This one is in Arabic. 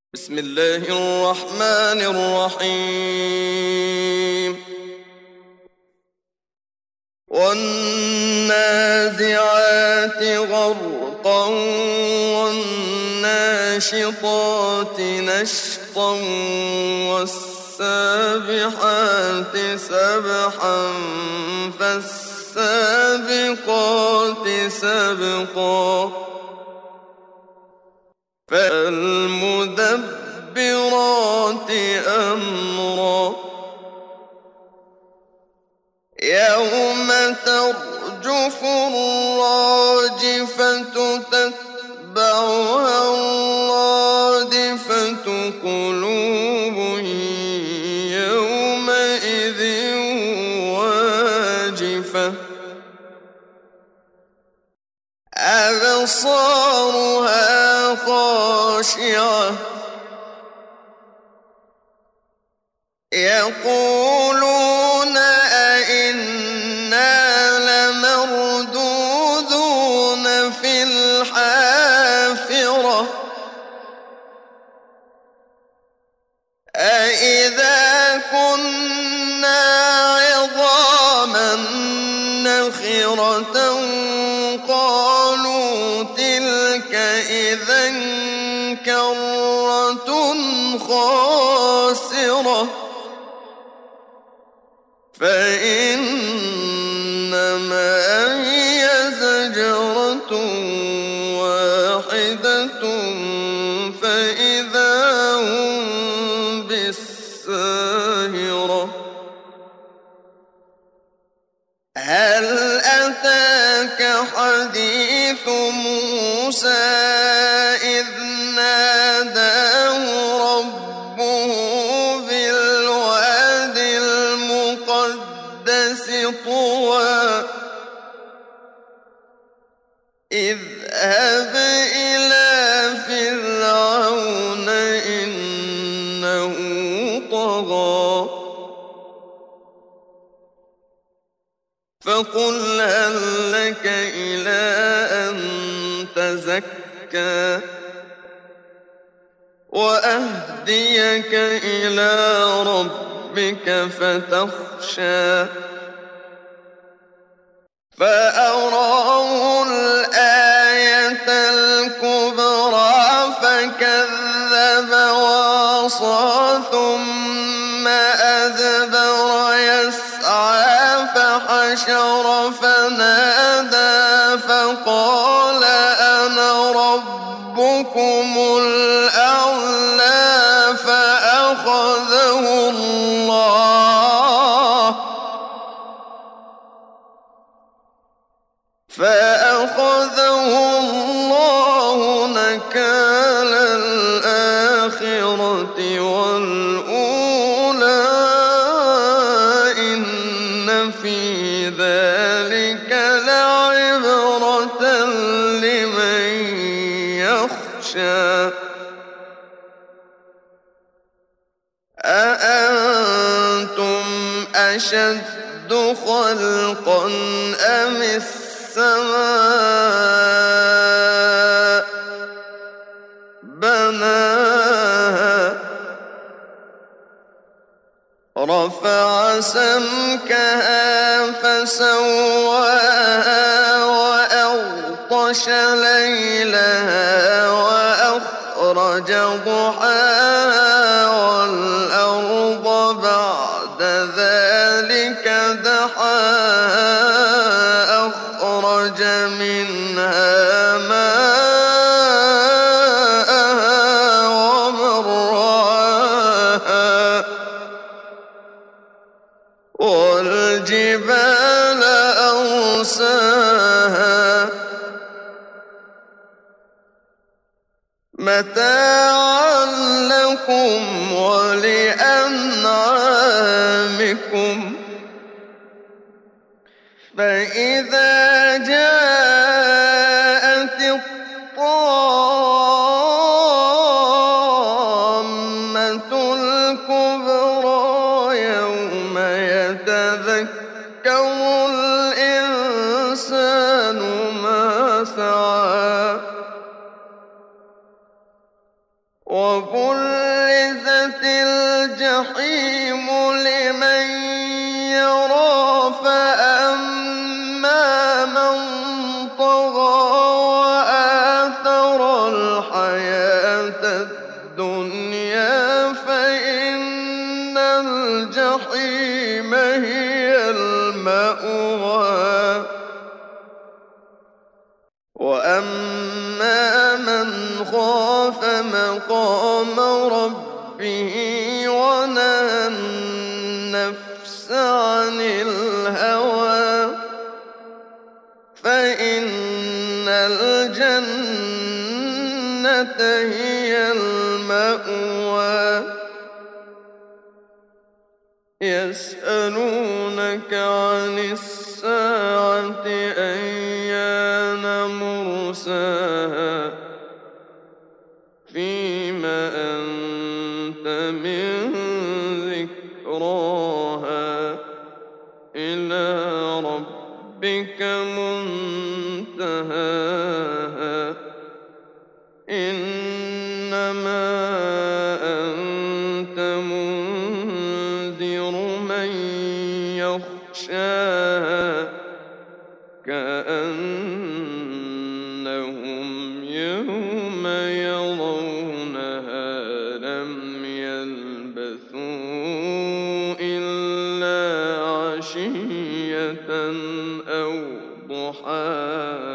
بسم الله الرحمن الرحيم والنازعات غرقا والناشطات نشطا والسابحات سبحا فالسابقات سبقا فالمدبرات أمرا يوم ترجف الراجفة تتبعها الرادفة قلوب يومئذ واجفة أبصارها خاشعة يقولون أئنا لمردودون في الحافرة أئذا كنا عظاما نخرة قالوا تلك إذا كرة خاسرة فإنما هي زجرة واحدة فإذا هم بالساهرة هل أتاك حديث موسى إذ ناداه ربه بالواد المقدس طوى اذهب إلى فرعون إنه طغى فقل هل لك إلى أن تزكى وأهديك إلى ربك فتخشى فأراه الآية الكبرى فكذب وعصى ثم أدبر يسعى فحشر فنادى فقال أنا ربكم الأعلى فأخذه الله نكال الآخرة والأولى إن في ذلك لعبرة لمن يخشى أأنتم أشد خلقا أم السماء بناها رفع سمكها فسواها وأغطش ليلها وأخرج ضحاها والأرض بعد ذلك دحاها أخرج منها ماءها ومرعاها والجبال أرساها متاعا لكم ولأنعامكم فإذا جاءت الطامة الكبرى يوم يتذكر الإنسان ما سعى وَبُرِّزَتِ الْجَحِيمُ لِمَن يَرَىٰ فَأَمَّا مَن طَغَىٰ وَآثَرَ الْحَيَاةَ الدُّنْيَا فَإِنَّ الْجَحِيمَ هِيَ الْمَأْوَىٰ وَأَمَّا مَنْ خَافَ مَقَامَ رَبِّهِ وَنَهَى النَّفْسَ عَنِ الْهَوَىٰ فَإِنَّ الْجَنَّةَ هِيَ الْمَأْوَىٰ يَسْأَلُونَكَ عَنِ السَّاعَةِ أَيَّانَ مُرْسَاهَا فِيمَ أَنتَ مِن ذِكْرَاهَا إِلَىٰ رَبِّكَ مُنتَهَاهَا إِنَّمَا أَنتَ مُنذِرُ مَن يَخْشَاهَا كَأَنَّهُمْ يَوْمَ يَرَوْنَهَا لَمْ يَلْبَثُوا إِلَّا عَشِيَّةً أَوْ ضُحَاهَا